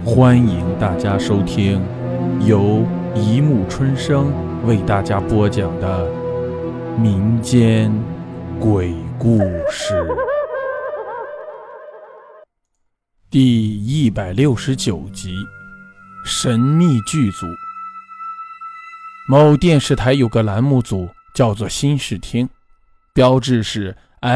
欢迎大家收听由一木春生为大家播讲的民间鬼故事第169集，神秘剧组。某电视台有个栏目组叫做新视听，标志是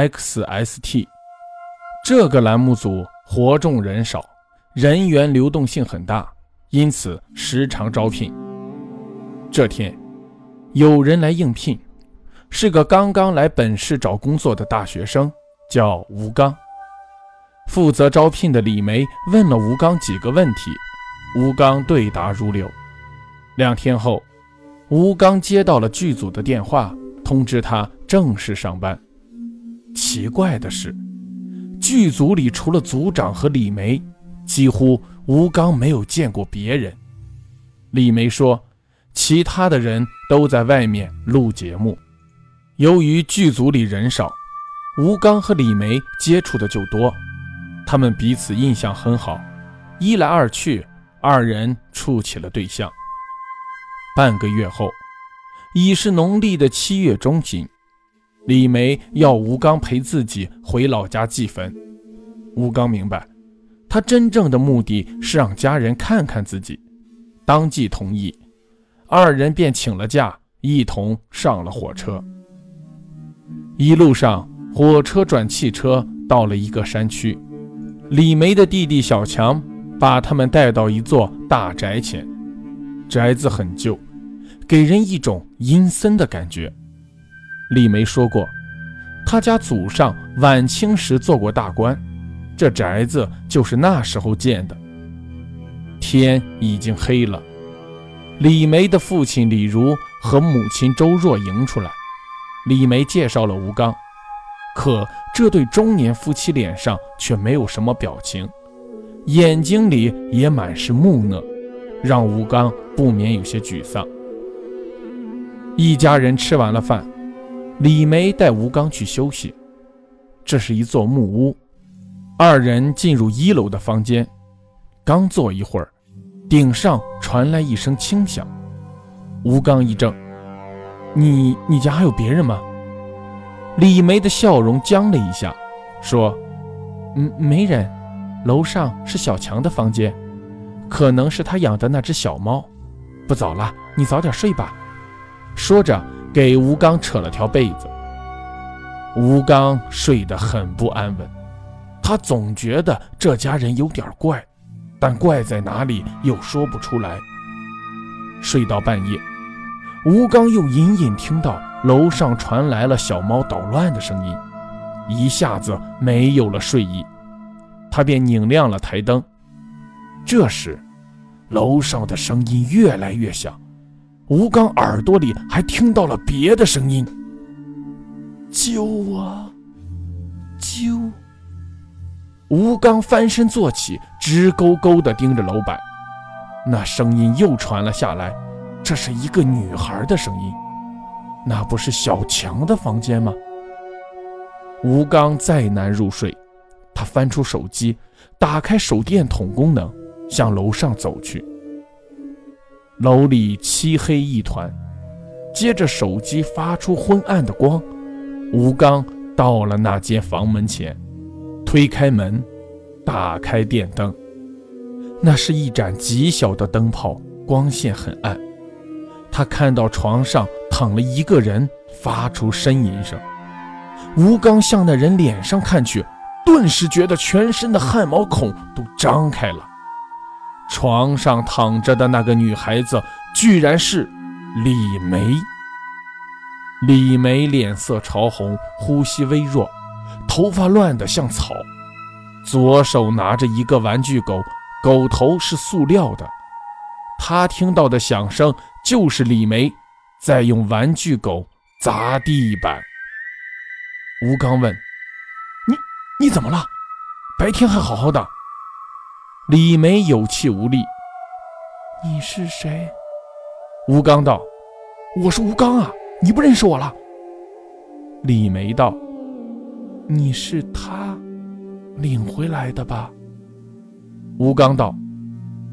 XST。 这个栏目组活众人少，人员流动性很大，因此时常招聘。这天有人来应聘，是个刚刚来本市找工作的大学生，叫吴刚。负责招聘的李梅问了吴刚几个问题，吴刚对答如流。2天后，吴刚接到了剧组的电话，通知他正式上班。奇怪的是，剧组里除了组长和李梅，几乎吴刚没有见过别人。李梅说，其他的人都在外面录节目。由于剧组里人少，吴刚和李梅接触的就多，他们彼此印象很好，一来二去，二人处起了对象。半个月后，已是农历的7月中旬，李梅要吴刚陪自己回老家祭坟。吴刚明白，他真正的目的是让家人看看自己，当即同意。二人便请了假，一同上了火车。一路上，火车转汽车到了一个山区，李梅的弟弟小强把他们带到一座大宅前。宅子很旧，给人一种阴森的感觉。李梅说过，他家祖上晚清时做过大官，这宅子就是那时候建的。天已经黑了，李梅的父亲李如和母亲周若迎出来。李梅介绍了吴刚，可这对中年夫妻脸上却没有什么表情，眼睛里也满是木讷，让吴刚不免有些沮丧。一家人吃完了饭，李梅带吴刚去休息。这是一座木屋，二人进入1楼的房间，刚坐一会儿，顶上传来一声轻响。吴刚一怔，你家还有别人吗？李梅的笑容僵了一下，说，没人，楼上是小强的房间，可能是他养的那只小猫。不早了，你早点睡吧。说着给吴刚扯了条被子。吴刚睡得很不安稳，他总觉得这家人有点怪，但怪在哪里又说不出来。睡到半夜，吴刚又隐隐听到楼上传来了小猫捣乱的声音，一下子没有了睡意，他便拧亮了台灯。这时楼上的声音越来越响，吴刚耳朵里还听到了别的声音，救啊救！吴刚翻身坐起，直勾勾地盯着楼板。那声音又传了下来，这是一个女孩的声音。那不是小强的房间吗？吴刚再难入睡，他翻出手机，打开手电筒功能，向楼上走去。楼里漆黑一团，接着手机发出昏暗的光。吴刚到了那间房门前，推开门，打开电灯。那是一盏极小的灯泡，光线很暗。他看到床上躺了一个人，发出呻吟声。吴刚向那人脸上看去，顿时觉得全身的汗毛孔都张开了。床上躺着的那个女孩子居然是李梅。李梅脸色潮红，呼吸微弱，头发乱得像草，左手拿着一个玩具狗，狗头是塑料的。他听到的响声就是李梅在用玩具狗砸地板。吴刚问，你怎么了？白天还好好的。李梅有气无力。你是谁？吴刚道，我是吴刚啊，你不认识我了？李梅道，你是他领回来的吧？吴刚道，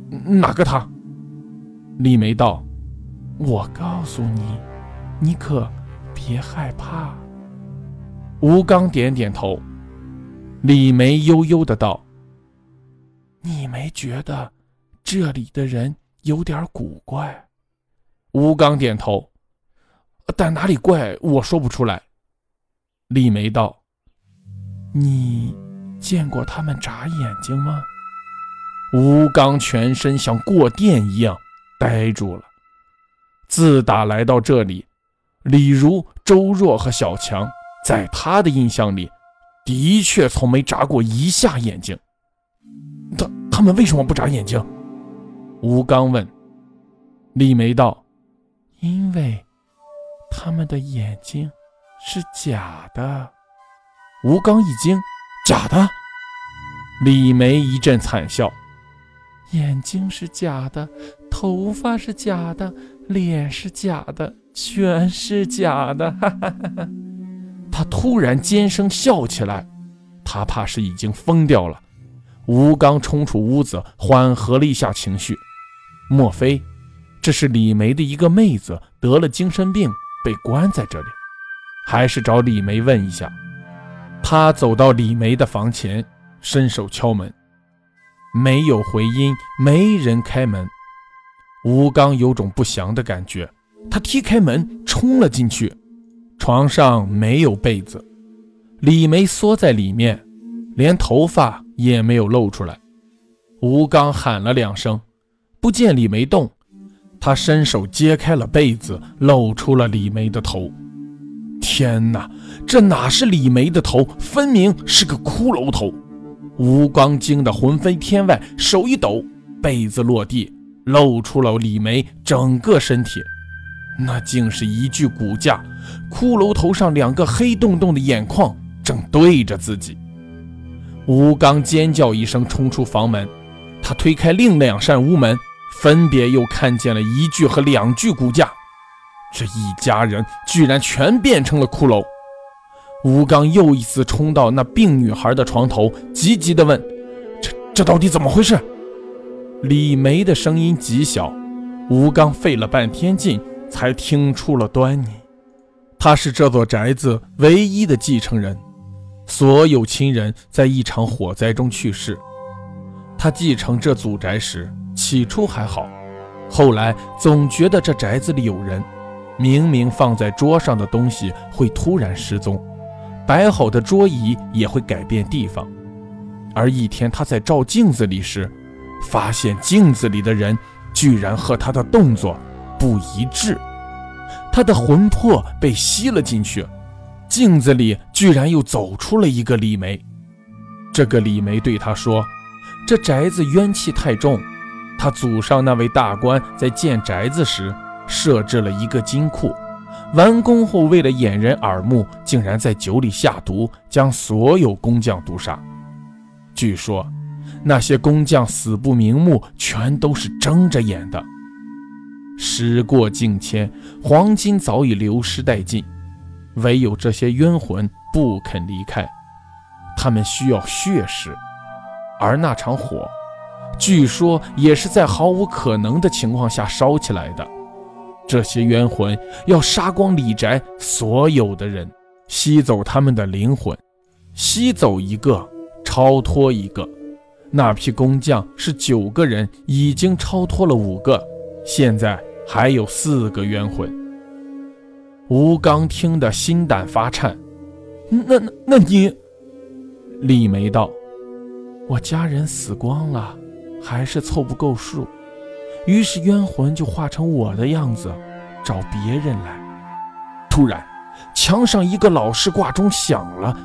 哪个他？李梅道：我告诉你，你可别害怕。吴刚点点头。李梅悠悠地道：你没觉得这里的人有点古怪？吴刚点头。但哪里怪我说不出来。李梅道：你见过他们眨眼睛吗？吴刚全身像过电一样呆住了。自打来到这里，李如、周若和小强在他的印象里的确从没眨过一下眼睛。他们为什么不眨眼睛？吴刚问。李梅道：因为他们的眼睛是假的。吴刚一惊：假的？李梅一阵惨笑：眼睛是假的，头发是假的，脸是假的，全是假的。哈哈哈哈。他突然尖声笑起来，他怕是已经疯掉了。吴刚冲出屋子，缓和了一下情绪。莫非这是李梅的一个妹子得了精神病被关在这里？还是找李梅问一下。他走到李梅的房前，伸手敲门，没有回音，没人开门。吴刚有种不祥的感觉，他踢开门冲了进去。床上没有被子，李梅缩在里面，连头发也没有露出来。吴刚喊了2声，不见李梅动，他伸手揭开了被子，露出了李梅的头。天哪，这哪是李梅的头，分明是个骷髅头。吴刚惊得魂飞天外，手一抖，被子落地，露出了李梅整个身体。那竟是一具骨架，骷髅头上2个黑洞洞的眼眶正对着自己。吴刚尖叫一声，冲出房门。他推开另2扇屋门，分别又看见了1具和2具骨架。这一家人居然全变成了骷髅。吴刚又一次冲到那病女孩的床头，急急地问：这到底怎么回事？李梅的声音极小，吴刚费了半天劲才听出了端倪。他是这座宅子唯一的继承人，所有亲人在一场火灾中去世。他继承这祖宅时，起初还好，后来总觉得这宅子里有人，明明放在桌上的东西会突然失踪，摆好的桌椅也会改变地方。而一天他在照镜子里时，发现镜子里的人居然和他的动作不一致，他的魂魄被吸了进去，镜子里居然又走出了一个李梅。这个李梅对他说，这宅子冤气太重，他祖上那位大官在建宅子时设置了一个金库，完工后为了掩人耳目，竟然在酒里下毒，将所有工匠毒杀。据说那些工匠死不瞑目，全都是睁着眼的。时过境迁，黄金早已流失殆尽，唯有这些冤魂不肯离开，他们需要血食。而那场火，据说也是在毫无可能的情况下烧起来的。这些冤魂要杀光李宅所有的人，吸走他们的灵魂，吸走一个超脱一个。那批工匠是9个人，已经超脱了5个，现在还有4个冤魂。吴刚听得心胆发颤。那你？李梅道：我家人死光了，还是凑不够数，于是冤魂就化成我的样子，找别人来。突然，墙上一个老式挂钟响了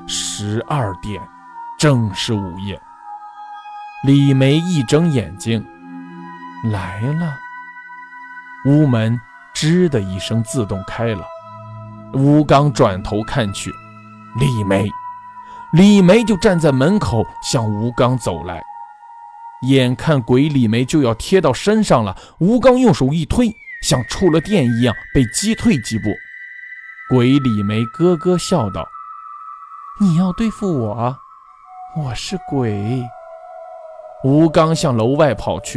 12点，正是午夜。李梅一睁眼睛，来了。屋门吱的一声自动开了。吴刚转头看去，李梅就站在门口向吴刚走来。眼看鬼李梅就要贴到身上了，吴刚用手一推，像触了电一样被击退几步。鬼李梅咯咯笑道：你要对付我？我是鬼。吴刚向楼外跑去，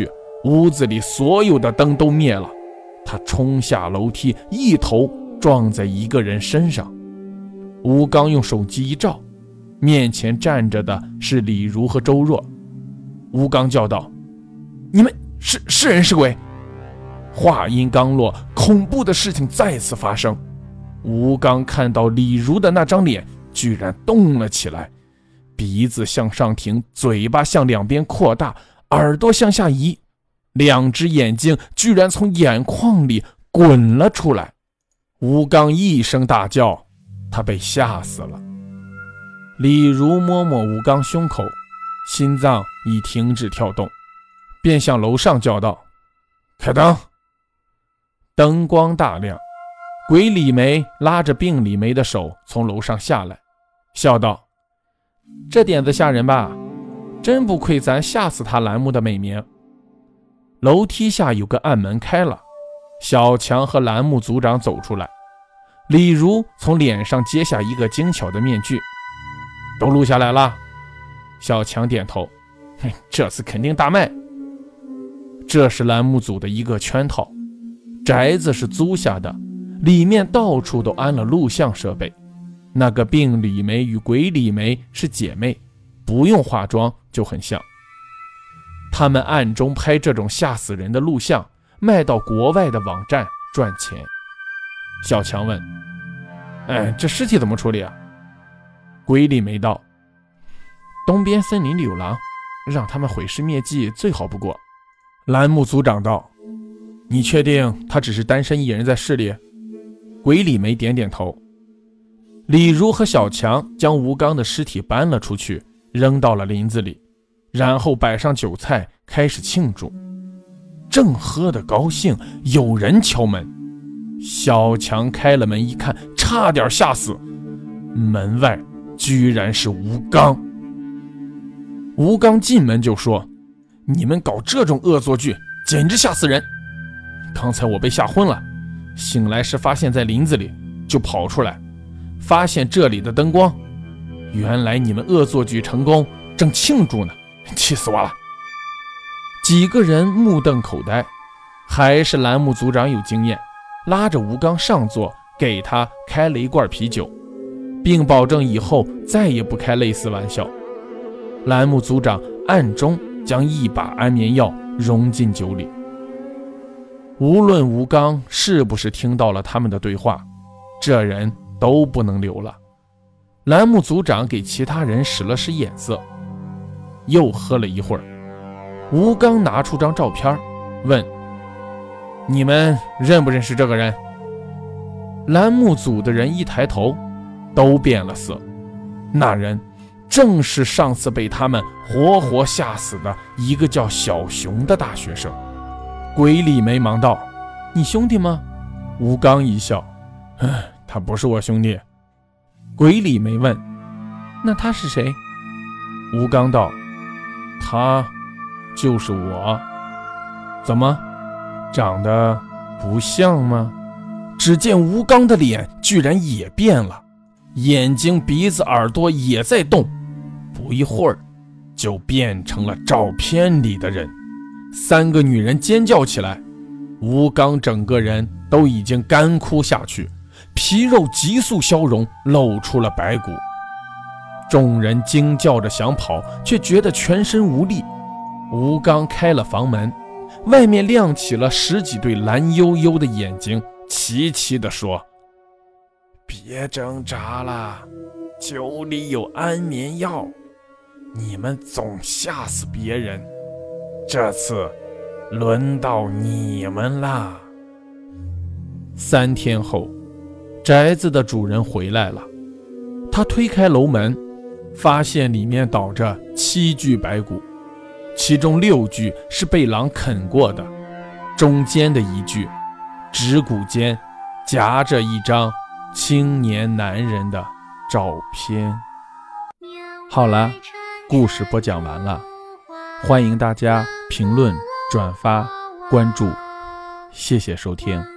屋子里所有的灯都灭了，他冲下楼梯，一头撞在一个人身上。吴刚用手机一照，面前站着的是李如和周若。吴刚叫道：你们是人是鬼？话音刚落，恐怖的事情再次发生。吴刚看到李如的那张脸居然动了起来，鼻子向上挺，嘴巴向两边扩大，耳朵向下移，两只眼睛居然从眼眶里滚了出来。吴刚一声大叫，他被吓死了。李如摸摸吴刚胸口，心脏已停止跳动，便向楼上叫道：开灯。灯光大亮，鬼李梅拉着病李梅的手从楼上下来，笑道：这点子吓人吧，真不愧咱吓死他栏目的美名。楼梯下有个暗门开了，小强和栏目组长走出来，李如从脸上揭下一个精巧的面具。都录下来了？小强点头，这次肯定大卖。这是栏目组的一个圈套，宅子是租下的，里面到处都安了录像设备。那个病李梅与鬼李梅是姐妹，不用化妆就很像。他们暗中拍这种吓死人的录像，卖到国外的网站赚钱。小强问：这尸体怎么处理啊？鬼李梅道：东边森林里有狼，让他们毁尸灭迹最好不过。栏目组长道：你确定他只是单身一人在市里？鬼李梅点点头。李如和小强将吴刚的尸体搬了出去，扔到了林子里，然后摆上酒菜开始庆祝。正喝得高兴，有人敲门。小强开了门一看，差点吓死，门外居然是吴刚。吴刚进门就说：你们搞这种恶作剧简直吓死人，刚才我被吓昏了，醒来时发现在林子里，就跑出来，发现这里的灯光，原来你们恶作剧成功，正庆祝呢，气死我了。几个人目瞪口呆，还是栏目组长有经验，拉着吴刚上座，给他开了一罐啤酒，并保证以后再也不开类似玩笑。栏目组长暗中将一把安眠药融进酒里。无论吴刚是不是听到了他们的对话，这人都不能留了。栏目组长给其他人使了使眼色。又喝了一会儿，吴刚拿出张照片问：你们认不认识这个人？栏目组的人一抬头，都变了色。那人正是上次被他们活活吓死的一个叫小熊的大学生。鬼李梅忙道：你兄弟吗？吴刚一笑：他不是我兄弟。鬼李梅问：那他是谁？吴刚道：他就是我。怎么，长得不像吗？只见吴刚的脸居然也变了，眼睛、鼻子、耳朵也在动，不一会儿就变成了照片里的人。三个女人尖叫起来，吴刚整个人都已经干枯下去，皮肉急速消融，露出了白骨。众人惊叫着想跑，却觉得全身无力。吴刚开了房门，外面亮起了十几对蓝幽幽的眼睛，齐齐地说：别挣扎了，酒里有安眠药，你们总吓死别人，这次轮到你们啦。3天后，宅子的主人回来了，他推开楼门，发现里面倒着7具白骨，其中6具是被狼啃过的，中间的1具指骨间夹着一张青年男人的照片。好了，故事播讲完了，欢迎大家评论、转发、关注，谢谢收听。